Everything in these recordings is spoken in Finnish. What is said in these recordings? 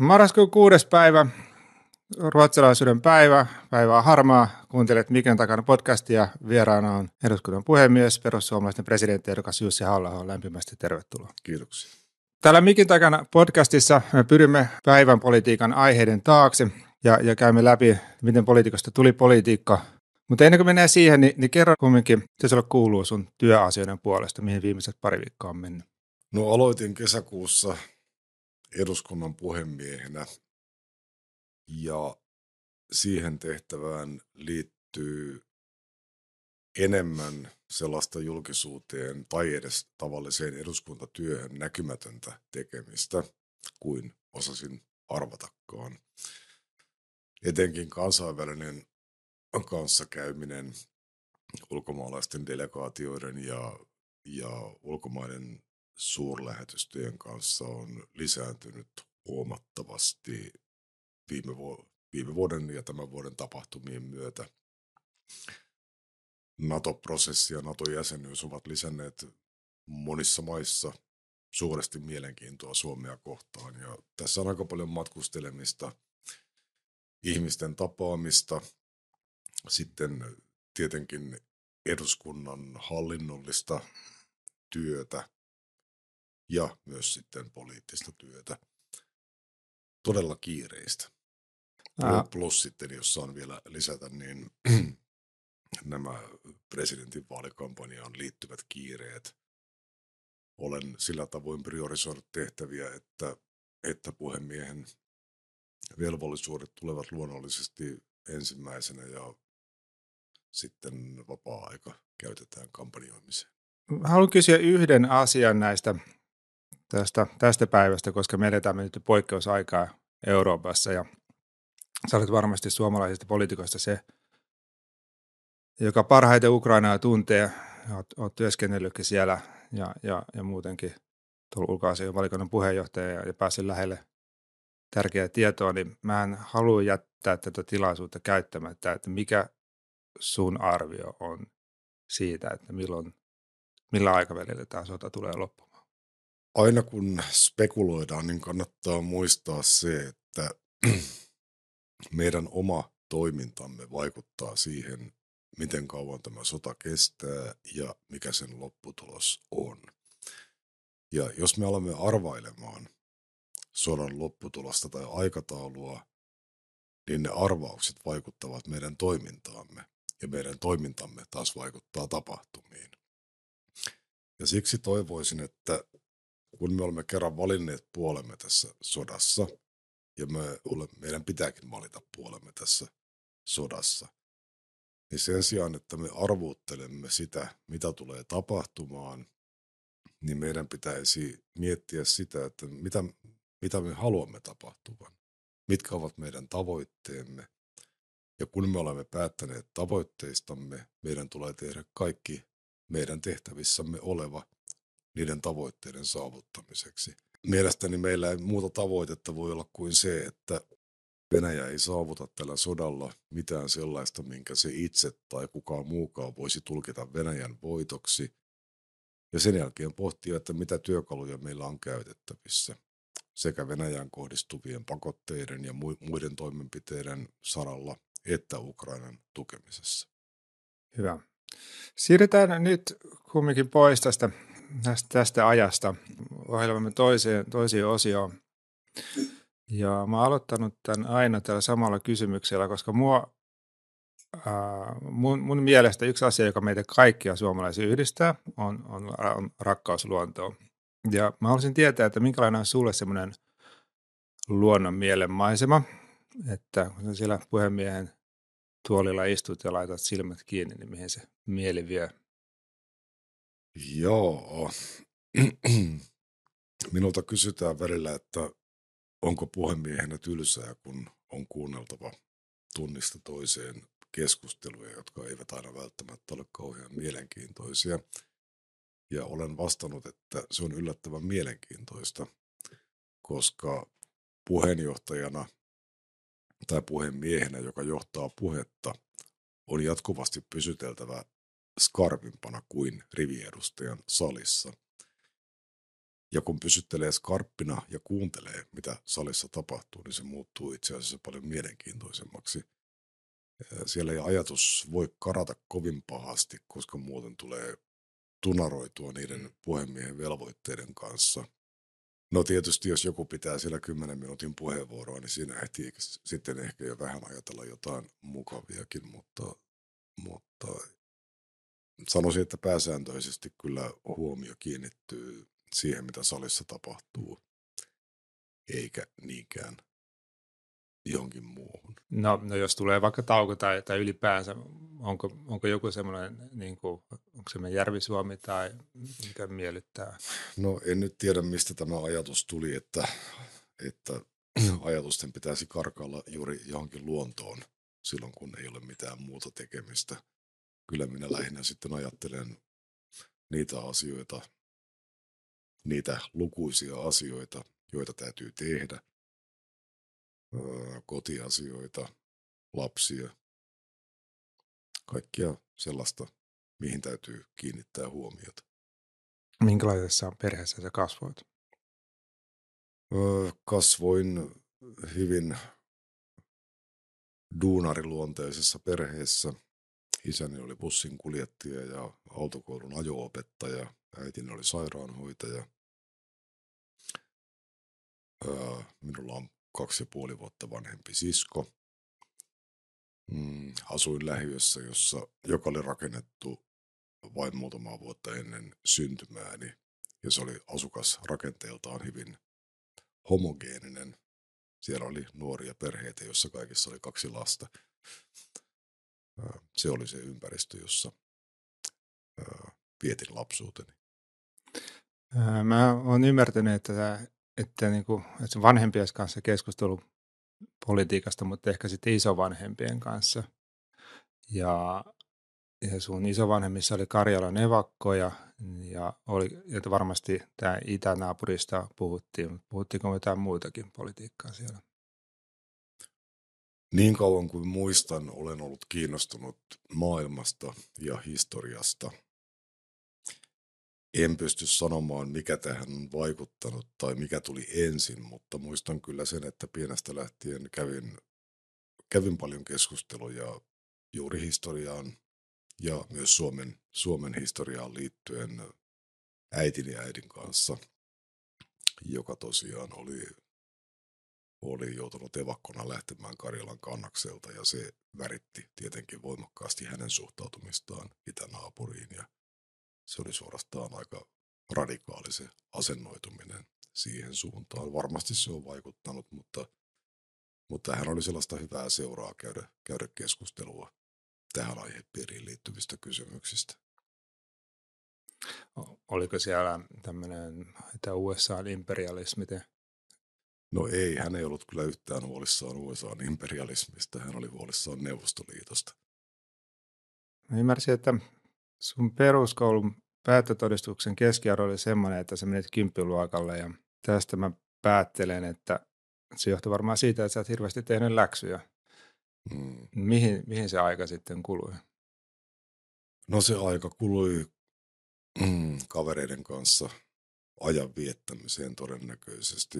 Marraskuun 6. päivä, ruotsalaisuuden päivä, päivää harmaa. Kuuntelet Miken takana podcastia. Vieraana on eduskunnan puhemies, perussuomalaisten presidenttiehdokas Jussi Halla-aho. Lämpimästi tervetuloa. Kiitoksia. Täällä Mikin takana podcastissa me pyrimme päivän politiikan aiheiden taakse ja käymme läpi, miten politiikasta tuli politiikka. Mutta ennen kuin mennään siihen, niin kerro kumminkin, mitä sulle kuuluu sun työasioiden puolesta, mihin viimeiset pari viikkoa on mennyt. No aloitin kesäkuussa eduskunnan puhemiehenä ja siihen tehtävään liittyy enemmän sellaista julkisuuteen tai edes tavalliseen eduskuntatyöhön näkymätöntä tekemistä kuin osasin arvatakaan. Etenkin kansainvälinen kanssakäyminen ulkomaalaisten delegaatioiden ja ulkomaiden suurlähetystöjen kanssa on lisääntynyt huomattavasti viime vuoden ja tämän vuoden tapahtumien myötä. NATO-prosessi ja NATO-jäsenyys ovat lisänneet monissa maissa suuresti mielenkiintoa Suomea kohtaan. Ja tässä on aika paljon matkustelemista, ihmisten tapaamista, sitten tietenkin eduskunnan hallinnollista työtä ja myös sitten poliittista työtä. Todella kiireistä. Plus sitten, jos saan vielä lisätä, niin nämä presidentin vaalikampanjaan liittyvät kiireet. Olen sillä tavoin priorisoinut tehtäviä, että puhemiehen velvollisuudet tulevat luonnollisesti ensimmäisenä ja sitten vapaa-aika käytetään kampanjoimiseen. Haluan kysyä yhden asian tästä päivästä, koska me eletään nyt poikkeusaikaa Euroopassa ja sä olet varmasti suomalaisista poliitikoista se, joka parhaiten Ukrainaa tuntee. Olet työskennellytkin siellä ja muutenkin tuolla ulkoasiain valikunnan puheenjohtaja ja pääsin lähelle tärkeää tietoa, niin mä en halua jättää tätä tilaisuutta käyttämättä, että mikä sun arvio on siitä, että millä aikavälillä tämä sota tulee loppumaan? Aina kun spekuloidaan, niin kannattaa muistaa se, että meidän oma toimintamme vaikuttaa siihen, miten kauan tämä sota kestää ja mikä sen lopputulos on. Ja jos me alamme arvailemaan sodan lopputulosta tai aikataulua, niin ne arvaukset vaikuttavat meidän toimintaamme ja meidän toimintamme taas vaikuttaa tapahtumiin. Ja siksi toivoisin, että kun me olemme kerran valinneet puolemme tässä sodassa, ja meidän pitääkin valita puolemme tässä sodassa, niin sen sijaan, että me arvuuttelemme sitä, mitä tulee tapahtumaan, niin meidän pitäisi miettiä sitä, että mitä me haluamme tapahtuvan, mitkä ovat meidän tavoitteemme. Ja kun me olemme päättäneet tavoitteistamme, meidän tulee tehdä kaikki meidän tehtävissämme oleva niiden tavoitteiden saavuttamiseksi. Mielestäni meillä ei muuta tavoitetta voi olla kuin se, että Venäjä ei saavuta tällä sodalla mitään sellaista, minkä se itse tai kukaan muukaan voisi tulkita Venäjän voitoksi. Ja sen jälkeen pohtia, että mitä työkaluja meillä on käytettävissä sekä Venäjään kohdistuvien pakotteiden ja muiden toimenpiteiden saralla että Ukrainan tukemisessa. Hyvä. Siirrytään nyt kumminkin pois tästä ajasta ohjelmamme toiseen osioon. Ja mä oon aloittanut tämän aina tällä samalla kysymyksellä, koska mun mielestä yksi asia, joka meitä kaikkia suomalaisia yhdistää, on rakkaus luontoon. Ja mä haluaisin tietää, että minkälainen on sulle semmoinen luonnon mielenmaisema, että kun sä siellä puhemiehen tuolilla istut ja laitat silmät kiinni, niin mihin se mieli vie? Joo. Minulta kysytään välillä, että onko puhemiehenä tylsää, kun on kuunneltava tunnista toiseen keskusteluja, jotka eivät aina välttämättä ole kauhean mielenkiintoisia. Ja olen vastannut, että se on yllättävän mielenkiintoista, koska puheenjohtajana tai puhemiehenä, joka johtaa puhetta, on jatkuvasti pysyteltävä skarpimpana kuin riviedustajan salissa. Ja kun pysyttelee skarppina ja kuuntelee, mitä salissa tapahtuu, niin se muuttuu itse asiassa paljon mielenkiintoisemmaksi. Siellä ei ajatus voi karata kovin pahasti, koska muuten tulee tunaroitua niiden puhemiehen velvoitteiden kanssa. No tietysti, jos joku pitää siellä 10 minuutin puheenvuoroa, niin siinä ehtii sitten ehkä jo vähän ajatella jotain mukaviakin, mutta sanoisin, että pääsääntöisesti kyllä huomio kiinnittyy siihen, mitä salissa tapahtuu, eikä niinkään johonkin muuhun. No jos tulee vaikka tauko tai ylipäänsä, onko joku semmoinen, niin kuin, onko semmoinen Järvi-Suomi tai mikä miellyttää? No en nyt tiedä, mistä tämä ajatus tuli, että ajatusten pitäisi karkailla juuri johonkin luontoon silloin, kun ei ole mitään muuta tekemistä. Kyllä minä lähinnä sitten ajattelen niitä asioita, niitä lukuisia asioita, joita täytyy tehdä, kotiasioita, lapsia, kaikkia sellaista, mihin täytyy kiinnittää huomiota. Minkälaisessa perheessä sä kasvoit? Kasvoin hyvin duunariluonteisessa perheessä. Isäni oli bussinkuljettaja ja autokoulun ajo-opettaja. Äitini oli sairaanhoitaja. Minulla on 2,5 vuotta vanhempi sisko. Asuin lähiössä, joka oli rakennettu vain muutamaa vuotta ennen syntymääni. Ja se oli asukas rakenteeltaan hyvin homogeeninen. Siellä oli nuoria perheitä, joissa kaikissa oli 2 lasta. Se oli se ympäristö, jossa vietin lapsuuteni. Mä oon ymmärtänyt, että se vanhempien kanssa keskustelu politiikasta, mutta ehkä sitten isovanhempien kanssa. Ja sun isovanhemmissa oli Karjalan evakkoja ja että varmasti tämä itänaapurista puhuttiin, mutta puhuttiinko jotain muutakin politiikkaa siellä? Niin kauan kuin muistan, olen ollut kiinnostunut maailmasta ja historiasta. En pysty sanomaan, mikä tähän on vaikuttanut tai mikä tuli ensin, mutta muistan kyllä sen, että pienestä lähtien kävin paljon keskusteluja juuri historiaan ja myös Suomen historiaan liittyen äitini ja äidin kanssa, joka tosiaan oli joutunut evakkona lähtemään Karjalan kannakselta ja se väritti tietenkin voimakkaasti hänen suhtautumistaan itänaapuriin ja se oli suorastaan aika radikaali se asennoituminen siihen suuntaan. Varmasti se on vaikuttanut, mutta hän oli sellaista hyvää seuraa käydä keskustelua tähän aihepiiriin liittyvistä kysymyksistä. Oliko siellä tämmöinen, että USA:n imperialismi? No ei, hän ei ollut kyllä yhtään huolissaan USA:n imperialismista, hän oli huolissaan Neuvostoliitosta. Mä ymmärsin, että sun peruskoulun päättötodistuksen keskiarvo oli semmoinen, että sä menit 10-luokalle ja tästä mä päättelen, että se johtui varmaan siitä, että sä et hirveästi tehnyt läksyjä. Mihin se aika sitten kului? No se aika kului kavereiden kanssa ajan viettämiseen todennäköisesti.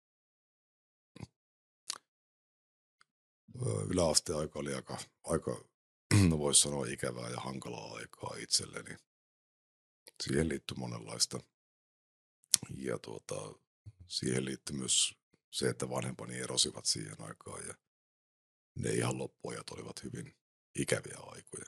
Yläasteaika oli aika voisi sanoa ikävää ja hankalaa aikaa itselleni. Siihen liittyi monenlaista. Ja siihen liittyi myös se, että vanhempani erosivat siihen aikaan ja ne ihan loppuajat olivat hyvin ikäviä aikoja.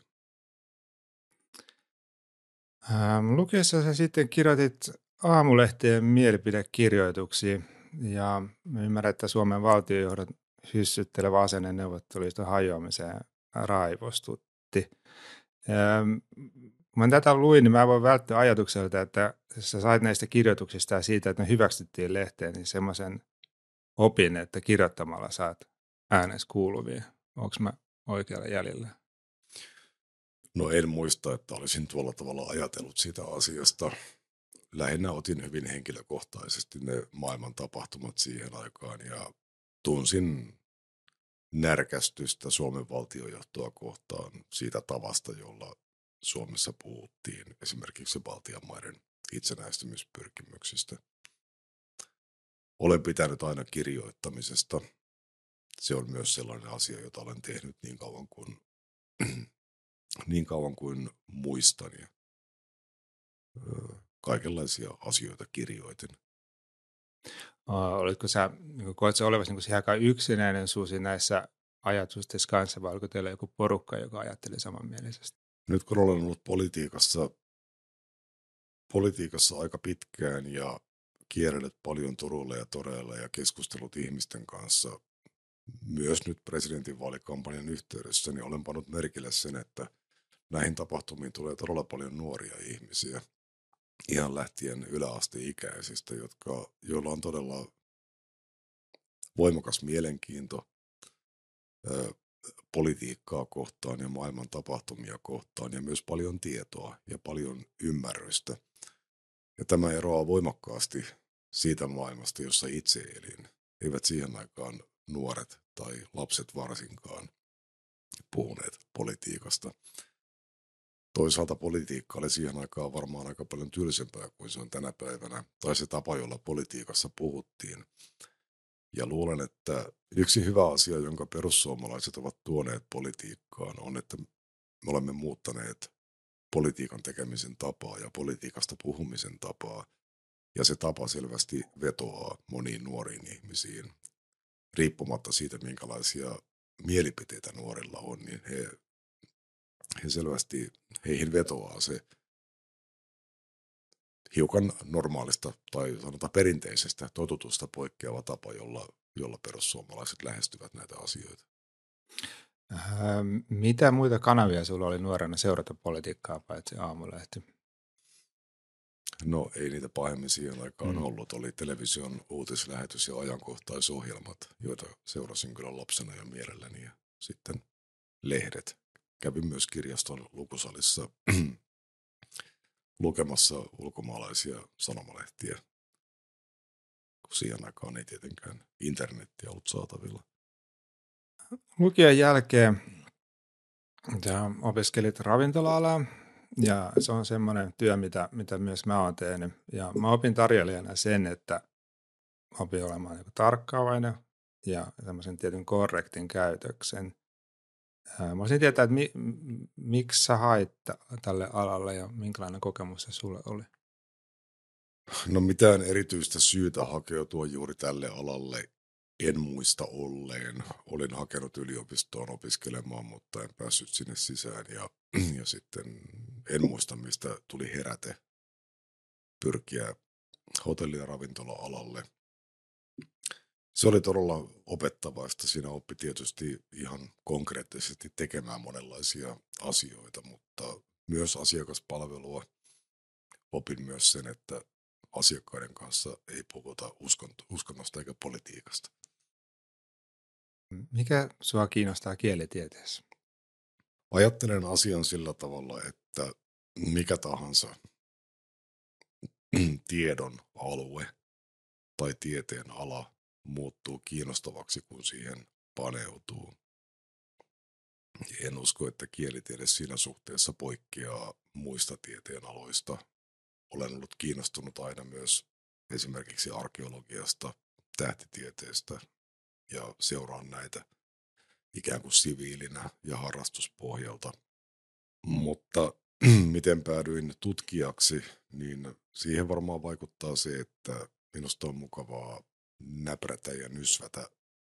Lukiessa sä sitten kirjoitit Aamulehteen mielipidekirjoituksia ja mä ymmärrän, että Suomen valtionjohdon hyssyttelevä asenne neuvotteluista hajoamiseen raivostutti. Kun mä tätä luin, niin mä voin välttää ajatukselta, että sä sait näistä kirjoituksista ja siitä, että ne hyväksyttiin lehteen, niin semmoisen opin, että kirjoittamalla saat äänes kuuluviin. Onko mä oikealla jäljellä? No en muista, että olisin tuolla tavalla ajatellut sitä asiasta. Lähinnä otin hyvin henkilökohtaisesti ne maailman tapahtumat siihen aikaan ja tunsin närkästystä Suomen valtiojohtoa kohtaan siitä tavasta, jolla Suomessa puhuttiin esimerkiksi Baltian maiden itsenäistymispyrkimyksistä. olen pitänyt aina kirjoittamisesta. Se on myös sellainen asia, jota olen tehnyt niin kauan kuin muistan. Ja, kaikenlaisia asioita kirjoitin. Oletko sä, koet sä olevasi niin aika yksinäinen Susi näissä ajatustesi kanssa, vai oliko teillä joku porukka, joka ajatteli samanmielisesti? Nyt kun olen ollut politiikassa aika pitkään ja kierrellyt paljon turuilla ja toreilla ja keskustellut ihmisten kanssa, myös nyt presidentinvaalikampanjan yhteydessä, niin olen pannut merkille sen, että näihin tapahtumiin tulee todella paljon nuoria ihmisiä, ihan lähtien yläasteikäisistä, joilla on todella voimakas mielenkiinto politiikkaa kohtaan ja maailman tapahtumia kohtaan ja myös paljon tietoa ja paljon ymmärrystä. Ja tämä eroaa voimakkaasti siitä maailmasta, jossa itse elin. Eivät siihen aikaan nuoret tai lapset varsinkaan puhuneet politiikasta. Toisaalta politiikka oli siihen aikaan varmaan aika paljon tylsempää kuin se on tänä päivänä, tai se tapa, jolla politiikassa puhuttiin. Ja luulen, että yksi hyvä asia, jonka perussuomalaiset ovat tuoneet politiikkaan, on, että me olemme muuttaneet politiikan tekemisen tapaa ja politiikasta puhumisen tapaa. Ja se tapa selvästi vetoaa moniin nuoriin ihmisiin. Riippumatta siitä, minkälaisia mielipiteitä nuorilla on, niin he selvästi, heihin vetoaa se hiukan normaalista tai sanotaan perinteisestä totutusta poikkeava tapa, jolla perussuomalaiset lähestyvät näitä asioita. Mitä muita kanavia sulla oli nuorena seurata politiikkaa paitsi Aamulehti? No ei niitä pahemmin siihen aikaan ollut. Oli television uutislähetys ja ajankohtaisohjelmat, joita seurasin kyllä lapsena ja mielelläni. Ja sitten lehdet. Kävin myös kirjaston lukusalissa lukemassa ulkomaalaisia sanomalehtiä, kun siihen aikaan ei tietenkään internettiä ollut saatavilla. Lukion jälkeen opiskelit ravintola-alaa, ja se on semmoinen työ, mitä myös mä oon tehnyt. Ja mä opin tarjoilijana sen, että opin olemaan tarkkaavainen ja semmoisen tietyn korrektin käytöksen. Mä voisin tietää, että miksi sä hait tälle alalle ja minkälainen kokemus se sulle oli? No mitään erityistä syytä hakeutua juuri tälle alalle en muista olleen. Olin hakenut yliopistoon opiskelemaan, mutta en päässyt sinne sisään ja sitten en muista, mistä tuli heräte pyrkiä hotelli- ja ravintola-alalle. Se oli todella opettavaista. Siinä oppi tietysti ihan konkreettisesti tekemään monenlaisia asioita, mutta myös asiakaspalvelua. Opin myös sen, että asiakkaiden kanssa ei puhuta uskonnosta eikä politiikasta. Mikä sua kiinnostaa kielitieteessä? Ajattelen asian sillä tavalla, että mikä tahansa tiedon alue tai tieteen ala muuttuu kiinnostavaksi, kun siihen paneutuu. En usko, että kielitiede siinä suhteessa poikkeaa muista tieteenaloista. Olen ollut kiinnostunut aina myös esimerkiksi arkeologiasta, tähtitieteestä ja seuraan näitä ikään kuin siviilinä ja harrastuspohjalta. Mutta miten päädyin tutkijaksi, niin siihen varmaan vaikuttaa se, että minusta on mukavaa näprätä ja nysvätä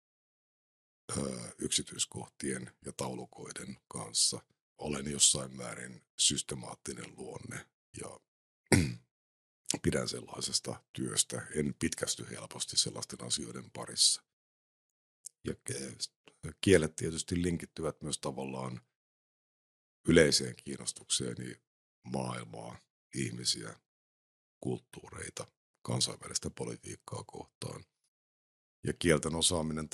yksityiskohtien ja taulukoiden kanssa. Olen jossain määrin systemaattinen luonne ja pidän sellaisesta työstä. En pitkästy helposti sellaisten asioiden parissa. Ja kielet tietysti linkittyvät myös tavallaan yleiseen kiinnostukseeni maailmaa, ihmisiä, kulttuureita, kansainvälistä politiikkaa kohtaan. Ja kielten osaaminen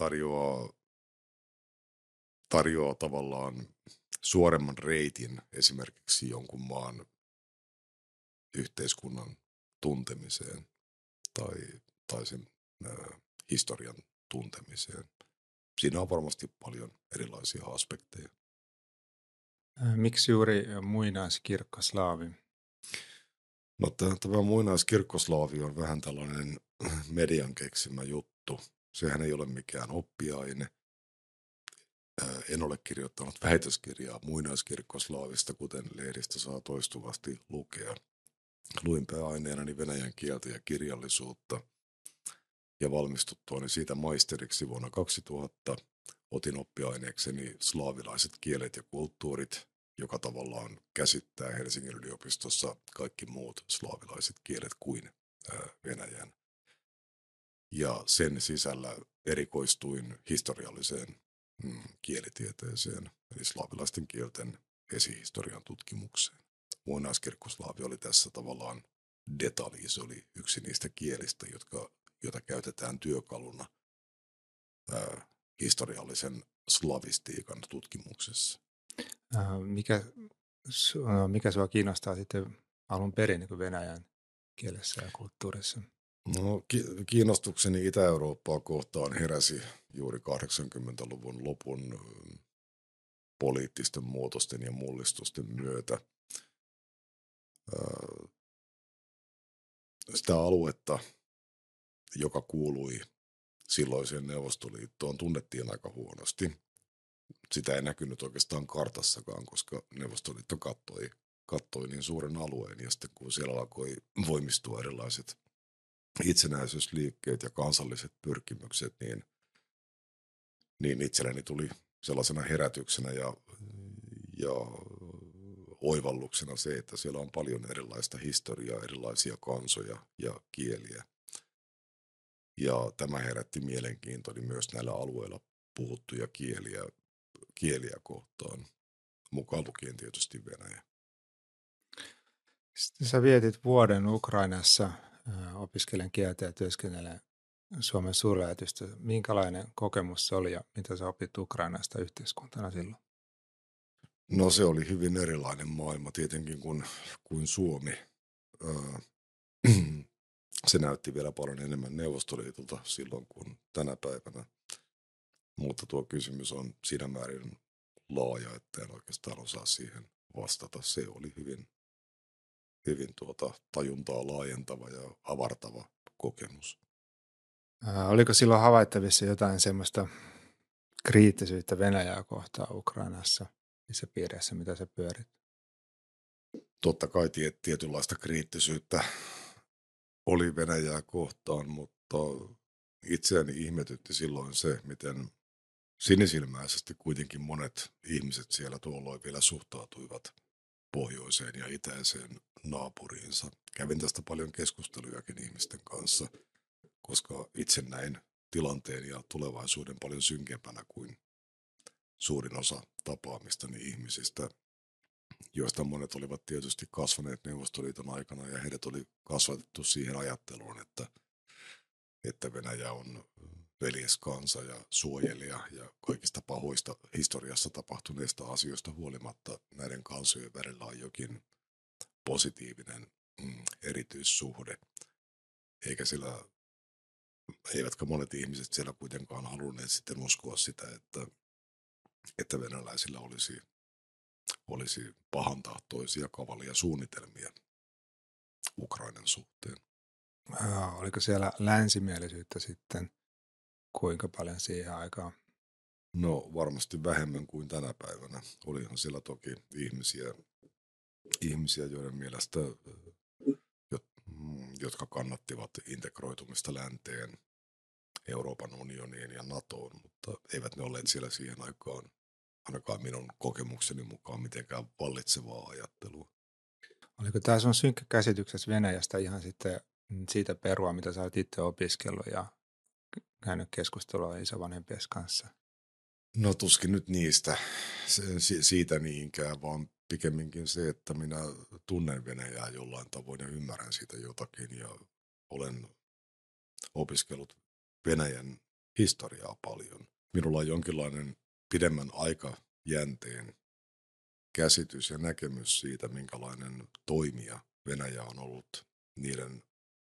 tarjoaa tavallaan suoremman reitin esimerkiksi jonkun maan yhteiskunnan tuntemiseen tai sen historian tuntemiseen. Siinä on varmasti paljon erilaisia aspekteja. Miksi juuri muinaiskirkkoslaavi? No, tämä muinaiskirkkoslaavi on vähän tällainen median keksimä juttu. Sehän ei ole mikään oppiaine. En ole kirjoittanut väitöskirjaa muinaiskirkkoslaavista, kuten lehdistä saa toistuvasti lukea. Luin pääaineenani venäjän kieltä ja kirjallisuutta, ja valmistuttuani siitä maisteriksi vuonna 2000 otin oppiaineekseni slaavilaiset kielet ja kulttuurit, joka tavallaan käsittää Helsingin yliopistossa kaikki muut slaavilaiset kielet kuin venäjän. Ja sen sisällä erikoistuin historialliseen kielitieteeseen, eli slaavilaisten kielten esihistorian tutkimukseen. Muinaiskirkkoslaavi oli tässä tavallaan detalji, se oli yksi niistä kielistä, jota käytetään työkaluna historiallisen slavistiikan tutkimuksessa. Mikä sinua kiinnostaa sitten alun perin niin kuin venäjän kielessä ja kulttuurissa? No, kiinnostukseni Itä-Eurooppaa kohtaan heräsi juuri 80-luvun lopun poliittisten muutosten ja mullistusten myötä. Sitä aluetta, joka kuului silloiseen Neuvostoliittoon, tunnettiin aika huonosti. Sitä ei näkynyt oikeastaan kartassakaan, koska Neuvostoliitto kattoi niin suuren alueen, ja sitten kun siellä alkoi voimistua erilaiset itsenäisyysliikkeet ja kansalliset pyrkimykset, niin itselleni tuli sellaisena herätyksenä ja oivalluksena se, että siellä on paljon erilaista historiaa, erilaisia kansoja ja kieliä. Ja tämä herätti mielenkiintoni myös näillä alueilla puhuttuja kieliä kohtaan, mukaan lukien tietysti Venäjä. Sitten sä vietit vuoden Ukrainassa opiskelen kieltä ja työskennellen Suomen suurlähetystö. Minkälainen kokemus se oli ja mitä sä opit Ukrainasta yhteiskuntana silloin? No se oli hyvin erilainen maailma tietenkin kuin Suomi. Se näytti vielä paljon enemmän Neuvostoliitolta silloin kuin tänä päivänä. Mutta tuo kysymys on siinä määrin laaja, että en oikeastaan osaa siihen vastata. Se oli hyvin tajuntaa laajentava ja avartava kokemus. Oliko silloin havaittavissa jotain semmoista kriittisyyttä Venäjää kohtaan Ukrainassa, missä piirissä, mitä sä pyörit? Totta kai tietynlaista kriittisyyttä oli Venäjää kohtaan, mutta itseäni ihmetytti silloin se, miten sinisilmäisesti kuitenkin monet ihmiset siellä tuolloin vielä suhtautuivat pohjoiseen ja itäiseen naapuriinsa. Kävin tästä paljon keskustelujakin ihmisten kanssa, koska itse näin tilanteen ja tulevaisuuden paljon synkempänä kuin suurin osa tapaamistani ihmisistä, joista monet olivat tietysti kasvaneet Neuvostoliiton aikana, ja heidät oli kasvatettu siihen ajatteluun, että Venäjä on veljeskansa ja suojelija, ja kaikista pahoista historiassa tapahtuneista asioista huolimatta näiden kansojen välillä on jokin positiivinen erityissuhde, eivätkä monet ihmiset siellä kuitenkaan halunneet sitten uskoa sitä, että venäläisillä olisi pahantahtoisia kavalia suunnitelmia Ukrainan suhteen. Oliko siellä länsimielisyyttä sitten kuinka paljon siihen aikaan? No varmasti vähemmän kuin tänä päivänä. Olihan siellä toki ihmisiä joiden mielestä, jotka kannattivat integroitumista länteen, Euroopan unioniin ja NATOon, mutta eivät ne olleet siellä siihen aikaan, ainakaan minun kokemukseni mukaan, mitenkään vallitsevaa ajattelua. Oliko tämä sun synkkä käsityksessä Venäjästä ihan sitten siitä perua, mitä sä olet itse opiskellut ja käynyt keskustelua isovanhempies kanssa? No tuskin nyt siitä niinkään, vaan pikemminkin se, että minä tunnen Venäjää jollain tavoin ja ymmärrän siitä jotakin ja olen opiskellut Venäjän historiaa paljon. Minulla on jonkinlainen pidemmän aikajänteen käsitys ja näkemys siitä, minkälainen toimija Venäjä on ollut niiden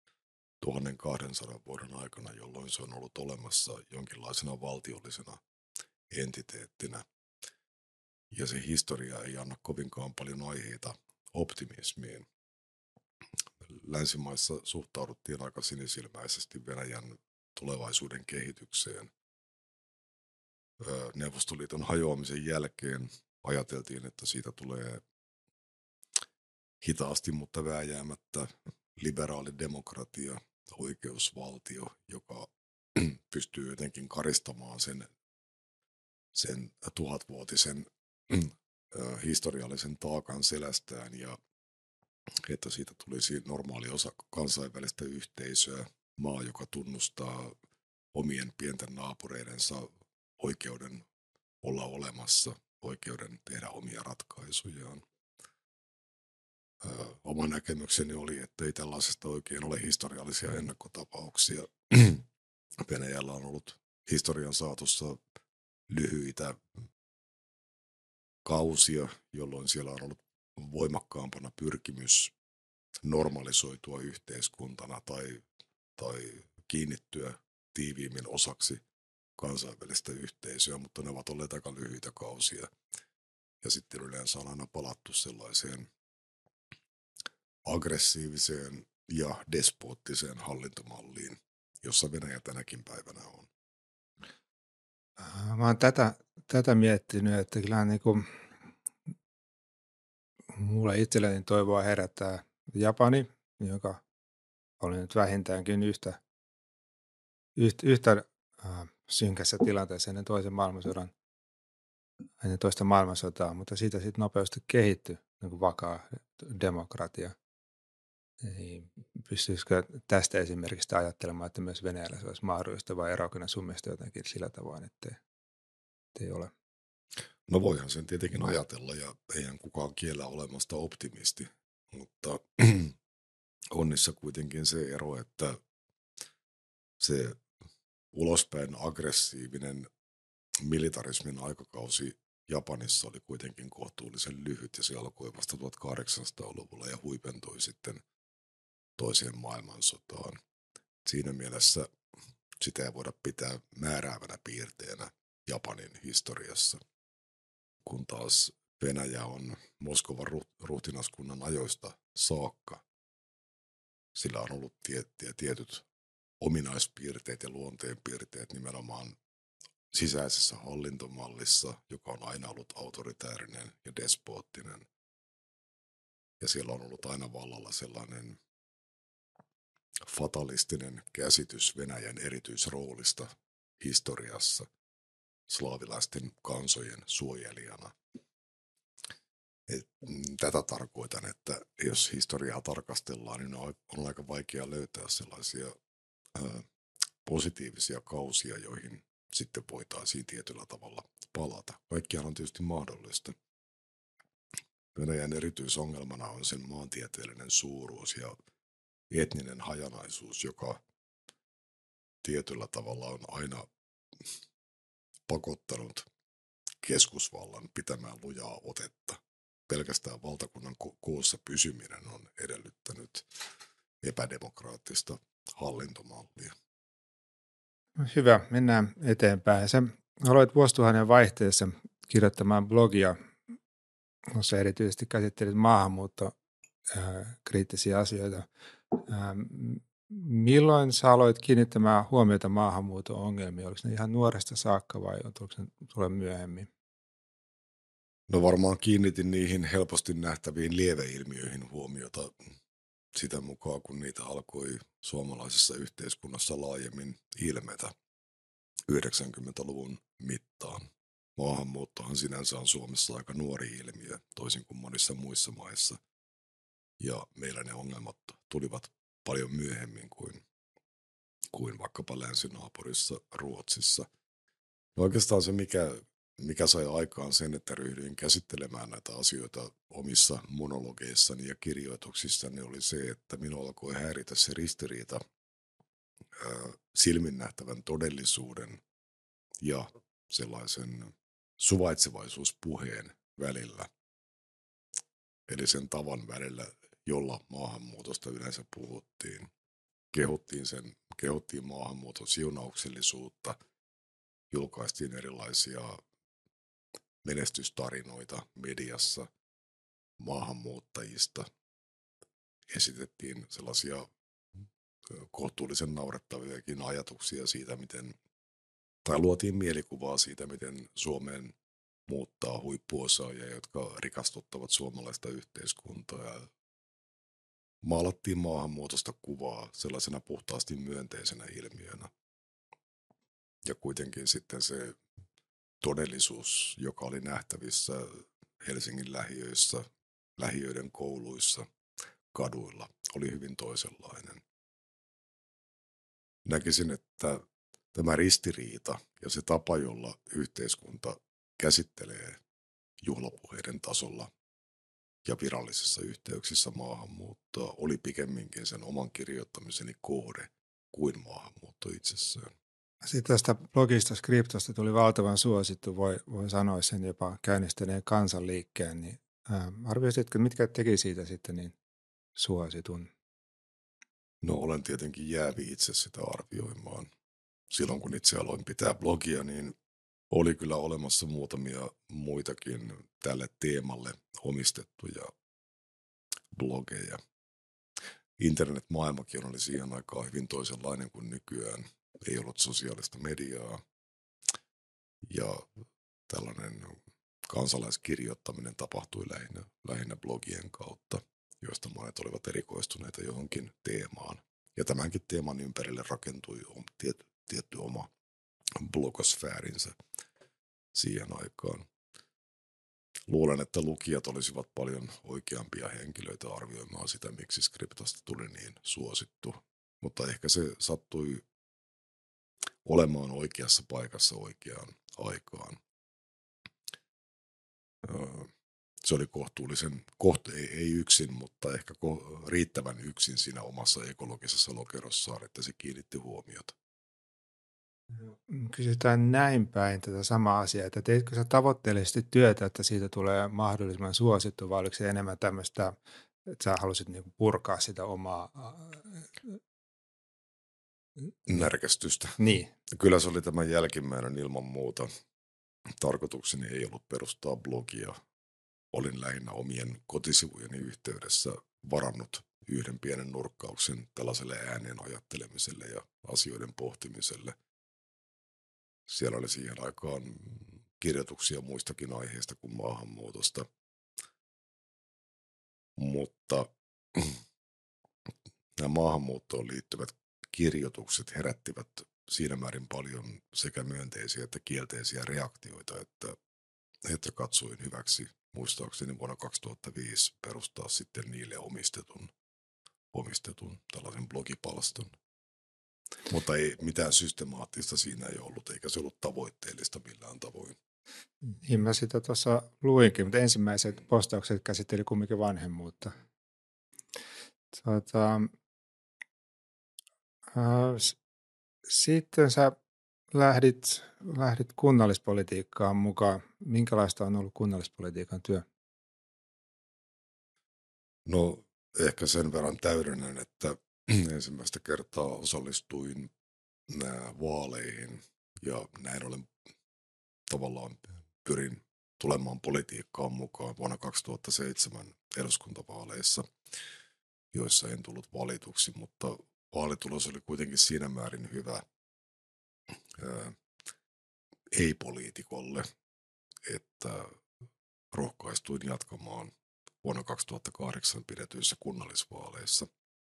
1200 vuoden aikana, jolloin se on ollut olemassa jonkinlaisena valtiollisena entiteettinä. Ja se historia ei anna kovinkaan paljon aiheita optimismiin. länsimaissa suhtauduttiin aika sinisilmäisesti Venäjän tulevaisuuden kehitykseen. Neuvostoliiton hajoamisen jälkeen ajateltiin, että siitä tulee hitaasti, mutta vääjäämättä liberaali demokratia, oikeusvaltio, joka pystyy jotenkin karistamaan sen tuhatvuotisen historiallisen taakan selästään ja että siitä tulisi normaali osa kansainvälistä yhteisöä, maa, joka tunnustaa omien pienten naapureidensa oikeuden olla olemassa, oikeuden tehdä omia ratkaisujaan. Oma näkemykseni oli, että ei tällaisesta oikein ole historiallisia ennakkotapauksia. Venäjällä on ollut historian saatossa lyhyitä kausia, jolloin siellä on ollut voimakkaampana pyrkimys normalisoitua yhteiskuntana tai kiinnittyä tiiviimmin osaksi kansainvälistä yhteisöä, mutta ne ovat olleet aika lyhyitä kausia. Ja sitten yleensä on aina palattu sellaiseen aggressiiviseen ja despoottiseen hallintomalliin, jossa Venäjä tänäkin päivänä on. Mä oon tätä miettinyt, että kyllä niin kuin mulle itselleni toivoa herättää Japani, joka oli nyt vähintäänkin yhtä synkässä tilanteessa ennen toista maailmansotaa, mutta siitä sitten nopeasti kehittyi niin kuin vakaa demokratia. Eli pystyisikö tästä esimerkiksi ajattelemaan, että myös Venäjällä se olisi mahdollista, vai eroako ne sun mielestä jotenkin sillä tavoin, että ei ole? No voihan sen tietenkin ajatella, ja eihän kukaan kiellä olemasta optimisti, mutta on niissä kuitenkin se ero, että se ulospäin aggressiivinen militarismin aikakausi Japanissa oli kuitenkin kohtuullisen lyhyt, ja se alkoi vasta 1800-luvulla ja huipentui sitten toiseen maailmansotaan. Siinä mielessä sitä ei voida pitää määräävänä piirteenä Japanin historiassa, kun taas Venäjä on Moskovan ruhtinaskunnan ajoista saakka. Sillä on ollut tietyt ominaispiirteet ja luonteenpiirteet nimenomaan sisäisessä hallintomallissa, joka on aina ollut autoritäärinen ja despoottinen. Ja siellä on ollut aina vallalla sellainen fatalistinen käsitys Venäjän erityisroolista historiassa slaavilaisten kansojen suojelijana. Tätä tarkoitan, että jos historiaa tarkastellaan, niin on aika vaikea löytää sellaisia positiivisia kausia, joihin sitten voitaisiin tietyllä tavalla palata. Kaikkiaan on tietysti mahdollista. Venäjän erityisongelmana on sen maantieteellinen suuruus ja etninen hajanaisuus, joka tietyllä tavalla on aina pakottanut keskusvallan pitämään lujaa otetta. Pelkästään valtakunnan koossa pysyminen on edellyttänyt epädemokraattista hallintomallia. Hyvä, mennään eteenpäin. Sä aloit vuosituhannen vaihteessa kirjoittamaan blogia, jossa erityisesti käsittelit maahanmuuttokriittisiä asioita. Milloin sä aloit kiinnittämään huomiota maahanmuuton ongelmiin? Oliko ne ihan nuoresta saakka vai tuliko se tulee myöhemmin? No varmaan kiinnitin niihin helposti nähtäviin lieveilmiöihin huomiota sitä mukaan, kun niitä alkoi suomalaisessa yhteiskunnassa laajemmin ilmetä 90-luvun mittaan. Maahanmuuttohan sinänsä on Suomessa aika nuori ilmiö, toisin kuin monissa muissa maissa. Ja meillä ne ongelmat tulivat paljon myöhemmin kuin vaikkapa länsinaapurissa Ruotsissa. No oikeastaan se, mikä sai aikaan sen, että ryhdyin käsittelemään näitä asioita omissa monologeissani ja kirjoituksissani, oli se, että minua alkoi häiritä se ristiriita silminnähtävän todellisuuden ja sellaisen suvaitsevaisuuspuheen välillä. Eli sen tavan välillä, jolla maahanmuutosta yleensä puhuttiin. Kehuttiin maahanmuuton siunauksellisuutta, julkaistiin erilaisia menestystarinoita mediassa maahanmuuttajista. esitettiin sellaisia kohtuullisen naurettaviakin ajatuksia siitä, tai luotiin mielikuvaa siitä, miten Suomeen muuttaa huippuosaajia, jotka rikastuttavat suomalaista yhteiskuntaa. Ja maalattiin maahanmuutosta kuvaa sellaisena puhtaasti myönteisenä ilmiönä. Ja kuitenkin sitten se todellisuus, joka oli nähtävissä Helsingin lähiöissä, lähiöiden kouluissa, kaduilla, oli hyvin toisenlainen. Näkisin, että tämä ristiriita ja se tapa, jolla yhteiskunta käsittelee juhlapuheiden tasolla ja virallisissa yhteyksissä maahanmuuttoa, oli pikemminkin sen oman kirjoittamiseni kohde kuin maahanmuutto itsessään. Sitten tästä blogista, skriptosta tuli valtavan suosittu, voi sanoa sen jopa käynnistäneen kansanliikkeen. Niin, arvioisitko, mitkä teki siitä sitten niin suositun? No olen tietenkin jäävi itse sitä arvioimaan. Silloin kun itse aloin pitää blogia, niin oli kyllä olemassa muutamia muitakin tälle teemalle omistettuja blogeja. Internetmaailmakin oli siihen aikaan hyvin toisenlainen kuin nykyään. Ei ollut sosiaalista mediaa ja tällainen kansalaiskirjoittaminen tapahtui lähinnä blogien kautta, joista monet olivat erikoistuneita johonkin teemaan. Ja tämänkin teeman ympärille rakentui tietty oma blogosfäärinsä siihen aikaan. Luulen, että lukijat olisivat paljon oikeampia henkilöitä arvioimaan sitä, miksi skriptasta tuli niin suosittu. Mutta ehkä se sattui olemaan oikeassa paikassa oikeaan aikaan. Se oli kohtuullisen, ei yksin, mutta ehkä riittävän yksin siinä omassa ekologisessa lokerossaan, että se kiinnitti huomiota. Kysytään näin päin tätä samaa asiaa, että teitkö sä tavoitteellisesti työtä, että siitä tulee mahdollisimman suosittu, vai oliko se enemmän tämmöistä, että sä halusit niinku purkaa sitä omaa närkästystä? Niin. Kyllä se oli tämän jälkimmäinen ilman muuta. Tarkoitukseni ei ollut perustaa blogia. Olin lähinnä omien kotisivujeni yhteydessä varannut yhden pienen nurkkauksen tällaiselle ääneen ajattelemiselle ja asioiden pohtimiselle. Siellä oli siihen aikaan kirjoituksia muistakin aiheista kuin maahanmuutosta. Mutta nämä maahanmuuttoon liittyvät kirjoitukset herättivät siinä määrin paljon sekä myönteisiä että kielteisiä reaktioita, että katsoin hyväksi muistaakseni vuonna 2005 perustaa sitten niille omistetun tällaisen blogipalston. Mutta ei mitään systemaattista siinä ei ollut, eikä se ollut tavoitteellista millään tavoin. Niin mä sitä tuossa luinkin, mutta ensimmäiset postaukset käsitteli kumminkin vanhemmuutta. Sitten sä lähdit kunnallispolitiikkaan mukaan. Minkälaista on ollut kunnallispolitiikan työ? No ehkä sen verran täydennän, että ensimmäistä kertaa osallistuin vaaleihin ja näin ollen tavallaan pyrin tulemaan politiikkaan mukaan vuonna 2007 eduskuntavaaleissa, joissa en tullut valituksi, mutta vaalitulos oli kuitenkin siinä määrin hyvä ei-poliitikolle, että rohkaistuin jatkamaan vuonna 2008 pidetyissä kunnallisvaaleissa.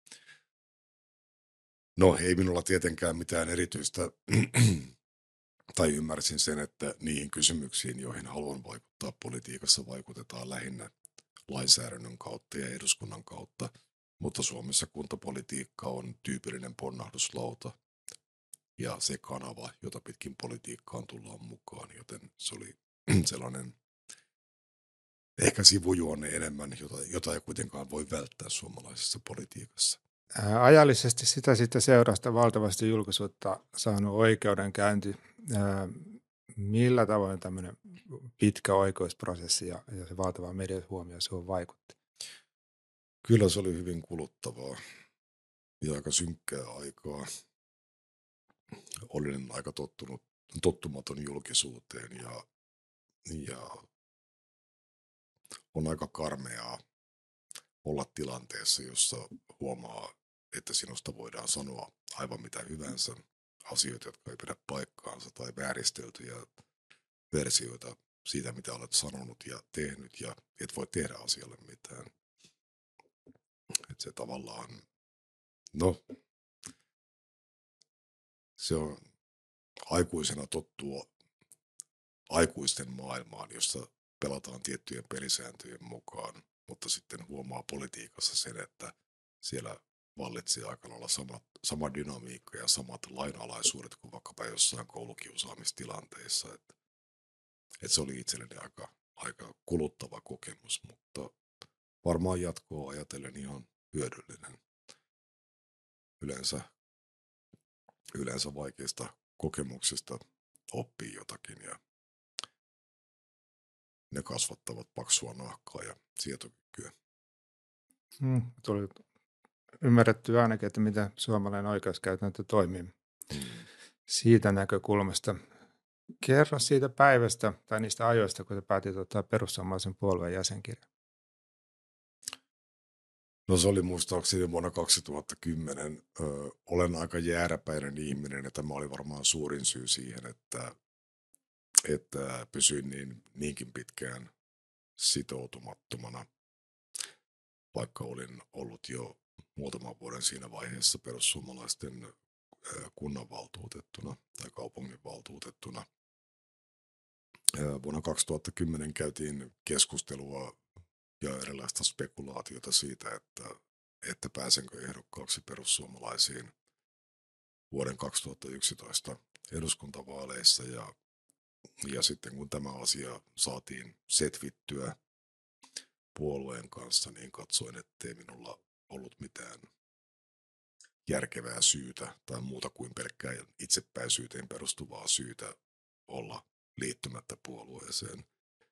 No ei minulla tietenkään mitään erityistä, tai ymmärsin sen, että niihin kysymyksiin, joihin haluan vaikuttaa politiikassa, vaikutetaan lähinnä lainsäädännön kautta ja eduskunnan kautta, mutta Suomessa kuntapolitiikka on tyypillinen ponnahduslauta ja se kanava, jota pitkin politiikkaan tullaan mukaan, joten se oli sellainen ehkä sivujuonne enemmän, jota ei kuitenkaan voi välttää suomalaisessa politiikassa. Ajallisesti sitä sitten seurasta valtavasti julkisuutta saanut oikeudenkäynti. Millä tavoin tämmöinen pitkä oikeusprosessi ja se valtava mediahuomio sinuun vaikutti? Kyllä se oli hyvin kuluttavaa ja aika synkkää aikaa. Olin aika tottumaton julkisuuteen ja on aika karmeaa olla tilanteessa, jossa huomaa, että sinusta voidaan sanoa aivan mitä hyvänsä, asioita, jotka ei pidä paikkaansa tai vääristeltyjä versioita siitä, mitä olet sanonut ja tehnyt ja et voi tehdä asialle mitään. Että se tavallaan, no se on aikuisena tottua aikuisten maailmaan, jossa pelataan tiettyjen pelisääntöjen mukaan, mutta sitten huomaa politiikassa sen, että siellä vallitsee aika lailla sama dynamiikka ja samat lainalaisuudet kuin vaikkapa jossain koulukiusaamistilanteissa. Että se oli itselleni aika kuluttava kokemus, mutta varmaan jatkoa ajatellen ihan hyödyllinen. Yleensä vaikeista kokemuksista oppii jotakin ja ne kasvattavat paksua nahkaa ja sietokykyä. Tuli ymmärretty ainakin, että miten suomalainen oikeuskäytäntö toimii siitä näkökulmasta. Kerro siitä päivästä tai niistä ajoista, kun sä päätit ottaa perussuomalaisen puolueen jäsenkirjan. No se oli muistaakseni vuonna 2010. Olen aika jääräpäinen ihminen ja tämä oli varmaan suurin syy siihen, että pysyin niinkin pitkään sitoutumattomana, vaikka olin ollut jo muutaman vuoden siinä vaiheessa perussuomalaisten kunnanvaltuutettuna tai kaupunginvaltuutettuna. Vuonna 2010 käytiin keskustelua ja erilaista spekulaatiota siitä, että pääsenkö ehdokkaaksi perussuomalaisiin vuoden 2011 eduskuntavaaleissa ja sitten kun tämä asia saatiin setvittyä puolueen kanssa, niin katsoin, ettei minulla ollut mitään järkevää syytä tai muuta kuin pelkkää itsepäisyyteen perustuvaa syytä olla liittymättä puolueeseen.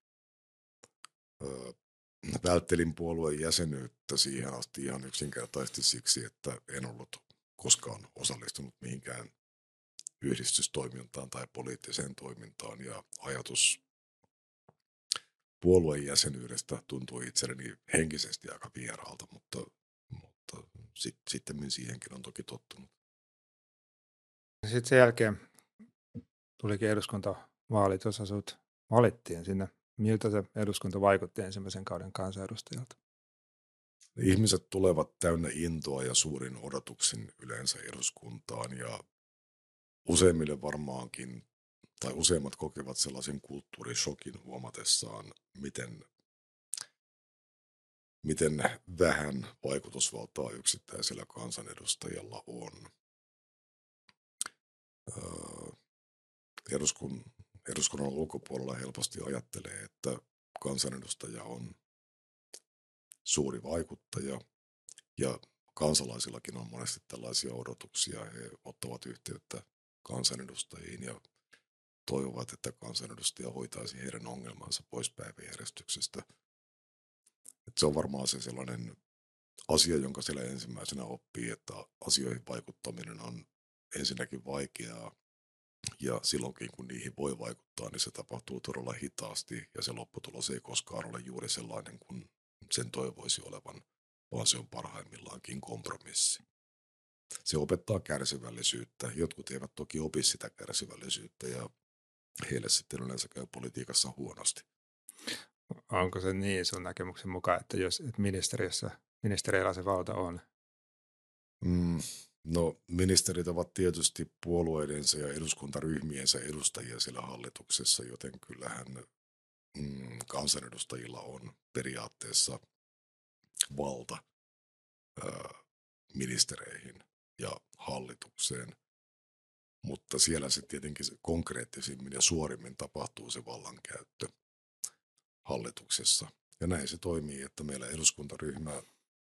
Välttelin puolueen jäsenyyttä siihen asti ihan yksinkertaisesti siksi, että en ollut koskaan osallistunut mihinkään yhdistystoimintaan tai poliittiseen toimintaan ja ajatus puolueen jäsenyydestä tuntui itselleni henkisesti aika vieraalta, mutta sitten siihenkin on toki tottunut. Sitten sen jälkeen tulikin eduskuntavaalit, jossa sut valittiin sinne. Miltä se eduskunta vaikutti ensimmäisen kauden kansanedustajalta? Ihmiset tulevat täynnä intoa ja suurin odotuksin yleensä eduskuntaan ja useimmille varmaankin, tai useimmat kokevat sellaisen kulttuurishokin huomatessaan, miten vähän vaikutusvaltaa yksittäisellä kansanedustajalla on. Eduskunnan ulkopuolella helposti ajattelee, että kansanedustaja on suuri vaikuttaja ja kansalaisillakin on monesti tällaisia odotuksia. He ottavat yhteyttä kansanedustajiin ja toivovat, että kansanedustaja hoitaisi heidän ongelmansa pois päiväjärjestyksestä. Että se on varmaan se sellainen asia, jonka siellä ensimmäisenä oppii, että asioihin vaikuttaminen on ensinnäkin vaikeaa. Ja silloinkin, kun niihin voi vaikuttaa, niin se tapahtuu todella hitaasti ja se lopputulos ei koskaan ole juuri sellainen kuin sen toivoisi olevan, vaan se on parhaimmillaankin kompromissi. Se opettaa kärsivällisyyttä. Jotkut eivät toki opi sitä kärsivällisyyttä ja heille sitten yleensä käy politiikassa huonosti. Onko se niin sun näkemyksen mukaan, että jos ministeriöllä se valta on? No, ministerit ovat tietysti puolueidensa ja eduskuntaryhmiensä edustajia siellä hallituksessa, joten kyllähän kansanedustajilla on periaatteessa valta ministereihin ja hallitukseen. Mutta siellä se tietenkin se konkreettisimmin ja suorimmin tapahtuu se vallankäyttö hallituksessa. Ja näin se toimii, että meillä eduskuntaryhmä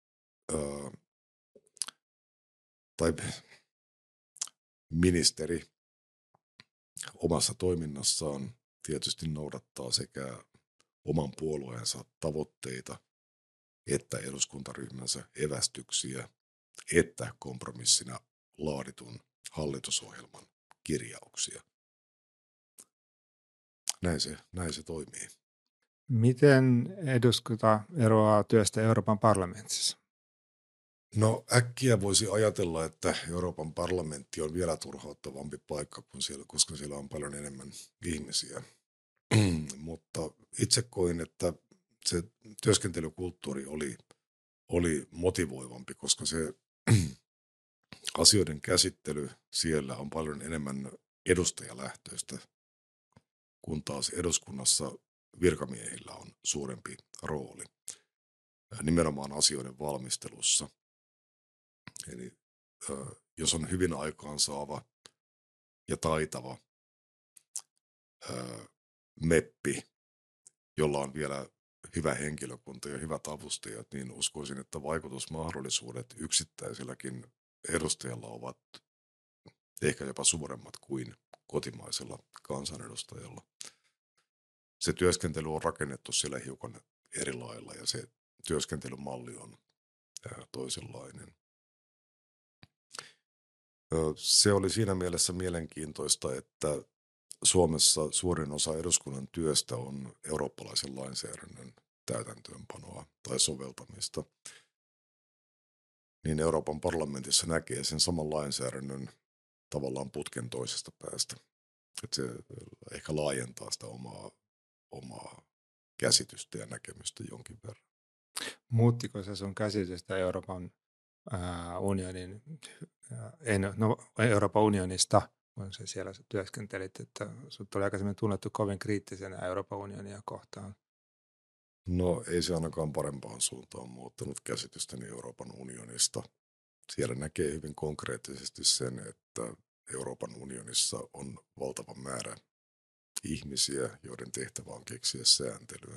tai ministeri omassa toiminnassaan tietysti noudattaa sekä oman puolueensa tavoitteita, että eduskuntaryhmänsä evästyksiä, että kompromissina laaditun hallitusohjelman kirjauksia. Näin se toimii. Miten eduskunta eroaa työstä Euroopan parlamentissa? No äkkiä voisi ajatella, että Euroopan parlamentti on vielä turhauttavampi paikka kuin siellä, koska siellä on paljon enemmän ihmisiä. Mutta itse koin, että se työskentelykulttuuri oli motivoivampi, koska se asioiden käsittely siellä on paljon enemmän edustajalähtöistä, kun taas eduskunnassa virkamiehillä on suurempi rooli nimenomaan asioiden valmistelussa. Eli jos on hyvin aikaansaava ja taitava meppi, jolla on vielä hyvä henkilökunta ja hyvät avustajat, niin uskoisin, että vaikutusmahdollisuudet yksittäiselläkin edustajalla ovat ehkä jopa suuremmat kuin kotimaisella kansanedustajalla. Se työskentely on rakennettu siellä hiukan eri lailla ja se työskentelymalli on toisenlainen. Se oli siinä mielessä mielenkiintoista, että Suomessa suurin osa eduskunnan työstä on eurooppalaisen lainsäädännön täytäntöönpanoa tai soveltamista. Niin Euroopan parlamentissa näkee sen saman lainsäädännön tavallaan putken toisesta päästä. Että se ehkä laajentaa sitä omaa käsitystä ja näkemystä jonkin verran. Muuttiko se sun käsitystä Euroopan Euroopan unionista, kun se siellä työskentelit, että sut oli aikaisemmin tunnettu kovin kriittisenä Euroopan unionia kohtaan? No ei se ainakaan parempaan suuntaan muuttanut käsitystäni Euroopan unionista. Siellä näkee hyvin konkreettisesti sen, että Euroopan unionissa on valtava määrä ihmisiä, joiden tehtävä on keksiä sääntelyä.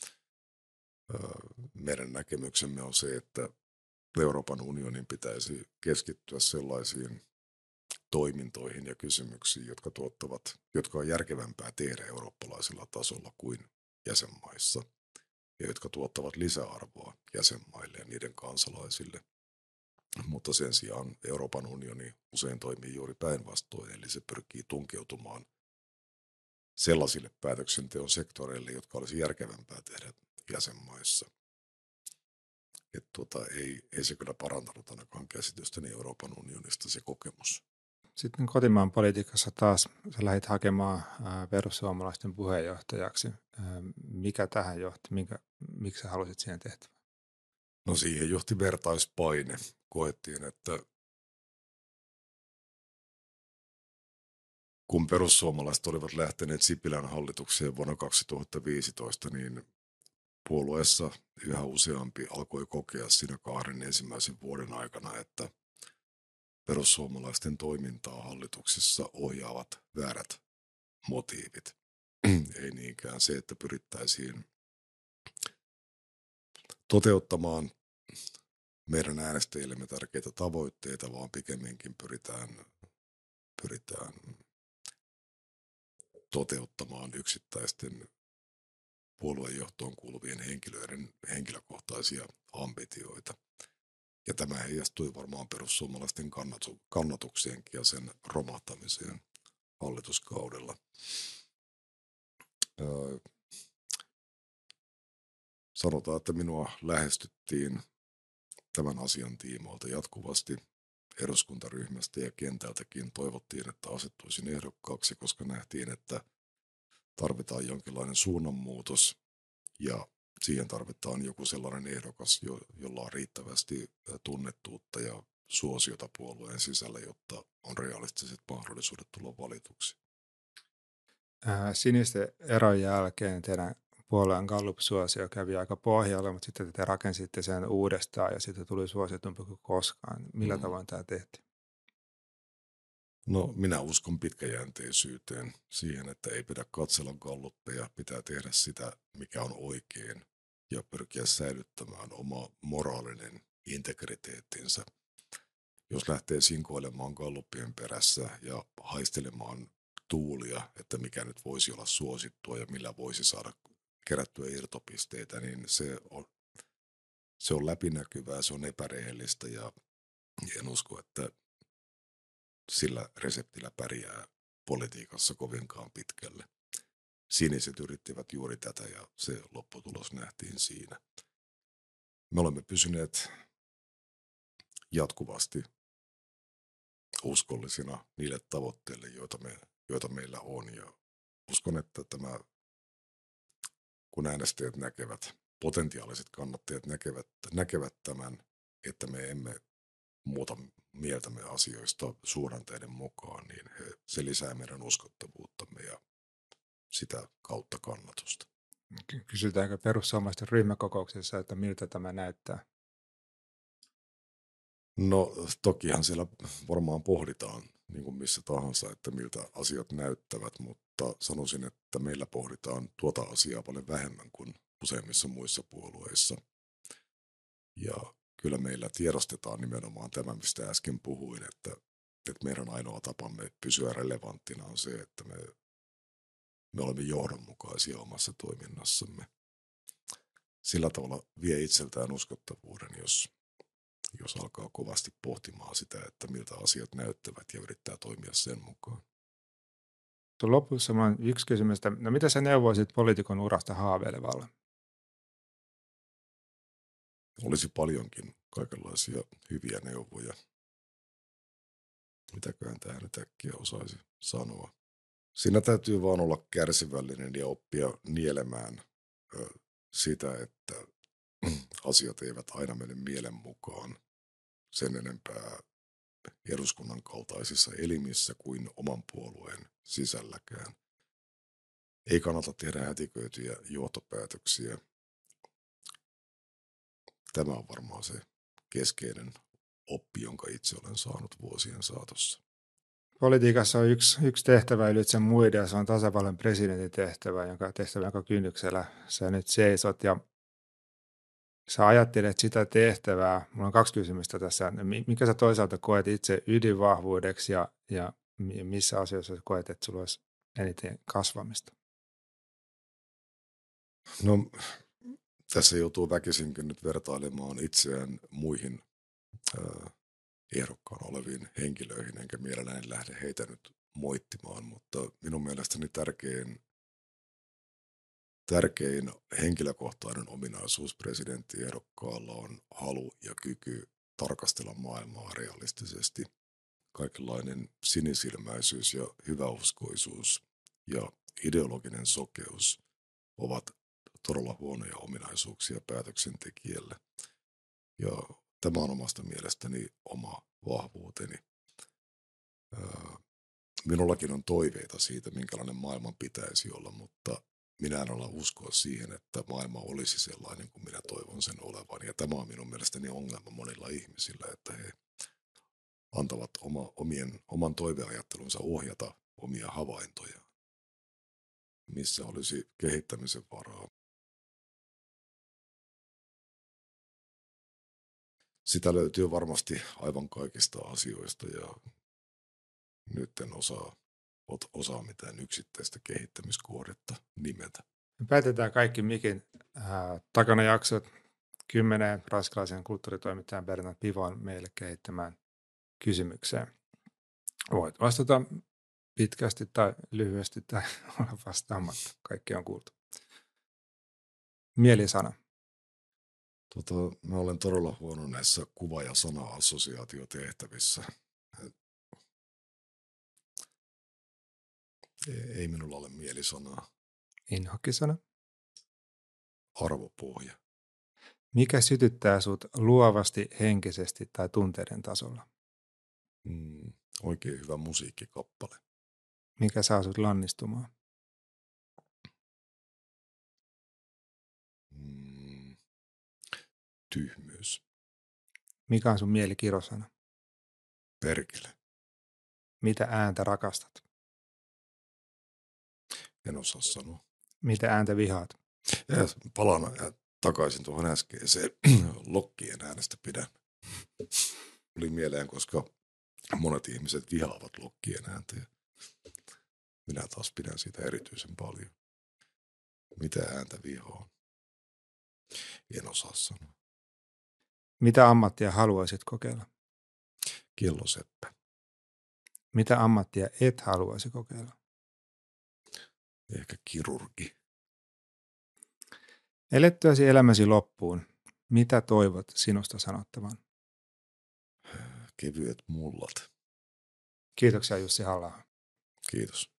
Meidän näkemyksemme on se, että Euroopan unionin pitäisi keskittyä sellaisiin toimintoihin ja kysymyksiin, jotka on järkevämpää tehdä eurooppalaisella tasolla kuin jäsenmaissa ja jotka tuottavat lisäarvoa jäsenmaille ja niiden kansalaisille. Mutta sen sijaan Euroopan unioni usein toimii juuri päinvastoin, eli se pyrkii tunkeutumaan sellaisille päätöksenteon sektoreille, jotka olisi järkevämpää tehdä jäsenmaissa. Ei se kyllä parantanut ainakaan käsitystäni Euroopan unionista se kokemus. Sitten kotimaan politiikassa taas sä lähdit hakemaan perussuomalaisten puheenjohtajaksi. Mikä tähän johti? Miksi sä halusit siihen tehtävään? No siihen johti vertaispaine. Koettiin, että kun perussuomalaiset olivat lähteneet Sipilän hallitukseen vuonna 2015, niin puolueessa yhä useampi alkoi kokea siinä 2 ensimmäisen vuoden aikana, että perussuomalaisten toimintaa hallituksessa ohjaavat väärät motiivit. Ei niinkään se, että pyrittäisiin toteuttamaan meidän äänestäjillemme tärkeitä tavoitteita, vaan pikemminkin pyritään toteuttamaan yksittäisten puoluejohtoon kuuluvien henkilöiden henkilökohtaisia ambitioita. Ja tämä heijastui varmaan perussuomalaisten kannatukseenkin ja sen romahtamiseen hallituskaudella. Sanotaan, että minua lähestyttiin tämän asian tiimoilta jatkuvasti eduskuntaryhmästä ja kentältäkin toivottiin, että asettuisin ehdokkaaksi, koska nähtiin, että tarvitaan jonkinlainen suunnanmuutos ja siihen tarvitaan joku sellainen ehdokas, jolla on riittävästi tunnettuutta ja suosiota puolueen sisällä, jotta on realistiset mahdollisuudet tulla valituksi. Sinisten eron jälkeen teidän puolueen Gallup-suosio kävi aika pohjalla, mutta sitten te rakensitte sen uudestaan ja sitten tuli suositumpi kuin koskaan. Millä tavoin tämä tehtiin? No minä uskon pitkäjänteisyyteen, siihen, että ei pidä katsella galluppeja, pitää tehdä sitä, mikä on oikein ja pyrkiä säilyttämään oma moraalinen integriteettinsä. Jos lähtee sinkoilemaan galluppien perässä ja haistelemaan tuulia, että mikä nyt voisi olla suosittua ja millä voisi saada kerättyä irtopisteitä, niin se on läpinäkyvää, se on epärehellistä ja en usko, että sillä reseptillä pärjää politiikassa kovinkaan pitkälle. siniset yrittivät juuri tätä ja se lopputulos nähtiin siinä. Me olemme pysyneet jatkuvasti uskollisina niille tavoitteille, joita meillä on. Ja uskon, että kun äänestäjät näkevät, potentiaaliset kannattajat näkevät tämän, että me emme muuta mieltämme asioista suhdanteiden mukaan, niin se lisää meidän uskottavuuttamme ja sitä kautta kannatusta. Kysytäänkö perussuomalaisten ryhmäkokouksessa, että miltä tämä näyttää? No tokihan siellä varmaan pohditaan niin kuin missä tahansa, että miltä asiat näyttävät, mutta sanoisin, että meillä pohditaan tuota asiaa paljon vähemmän kuin useimmissa muissa puolueissa. Ja kyllä meillä tiedostetaan nimenomaan tämä, mistä äsken puhuin, että meidän ainoa tapamme pysyä relevanttina on se, että me olemme johdonmukaisia omassa toiminnassamme. Sillä tavalla vie itseltään uskottavuuden, jos alkaa kovasti pohtimaan sitä, että miltä asiat näyttävät ja yrittää toimia sen mukaan. Lopussa on yksi kysymys, no mitä sä neuvoisit poliitikon urasta haaveilevalle? Olisi paljonkin kaikenlaisia hyviä neuvoja. Mitäköhän tähän nyt äkkiä osaisi sanoa? Siinä täytyy vaan olla kärsivällinen ja oppia nielemään sitä, että asiat eivät aina mene mielen mukaan sen enempää eduskunnan kaltaisissa elimissä kuin oman puolueen sisälläkään. Ei kannata tehdä hätiköityjä johtopäätöksiä. Tämä on varmaan se keskeinen oppi, jonka itse olen saanut vuosien saatossa. Politiikassa on yksi tehtävä ylitse muiden, ja se on tasavallan presidentin tehtävä, jonka kynnyksellä sä nyt seisot. Ja sä ajattelet sitä tehtävää, mulla on 2 kysymystä tässä, mikä sä toisaalta koet itse ydinvahvuudeksi ja missä asioissa sä koet, että sulla olisi eniten kasvamista? No, tässä joutuu väkisinkin nyt vertailemaan itseään muihin ehdokkaan oleviin henkilöihin, enkä mielelläni lähde heitä nyt moittimaan, mutta minun mielestäni tärkein henkilökohtainen ominaisuus presidenttiehdokkaalla on halu ja kyky tarkastella maailmaa realistisesti. Kaikenlainen sinisilmäisyys ja hyväuskoisuus ja ideologinen sokeus ovat todella huonoja ominaisuuksia päätöksentekijälle. Ja tämä on omasta mielestäni oma vahvuuteni. Minullakin on toiveita siitä, minkälainen maailman pitäisi olla, mutta minä en ala uskoa siihen, että maailma olisi sellainen kuin minä toivon sen olevan. Ja tämä on minun mielestäni ongelma monilla ihmisillä, että he antavat oman toiveajattelunsa ohjata omia havaintojaan, missä olisi kehittämisen varaa. Sitä löytyy varmasti aivan kaikista asioista ja nyt en osaa mitään yksittäistä kehittämiskohdetta nimetä. Me päätetään kaikki mikin takana jaksot 10 ranskalaisen kulttuuritoimittajan Bernard Pivon meille kehittämään kysymykseen. Voit vastata pitkästi tai lyhyesti tai olla vastaamatta. Kaikki on kuultu. Mielisana. Mä olen todella huono näissä kuva- ja sana-assosiaatiotehtävissä. Ei minulla ole mielisanaa. Inhokkisana. Arvopohja. Mikä sytyttää sut luovasti, henkisesti tai tunteiden tasolla? Oikein hyvä musiikkikappale. Mikä saa sut lannistumaan? Tyhmyys. Mikä on sun mielikirosana? Perkele. Mitä ääntä rakastat? En osaa sanoa. Mitä ääntä vihaat? Ja palaan takaisin tuohon äskeiseen. Lokkien äänestä pidän. Tuli mieleen, koska monet ihmiset vihaavat lokkien ääntä. Minä taas pidän siitä erityisen paljon. Mitä ääntä vihaan? En osaa sanoa. Mitä ammattia haluaisit kokeilla? Kelloseppä. Mitä ammattia et haluaisi kokeilla? Ehkä kirurgi. Elettyäsi elämäsi loppuun, mitä toivot sinusta sanottavan? Kevyet mullat. Kiitoksia Jussi Halla. Kiitos.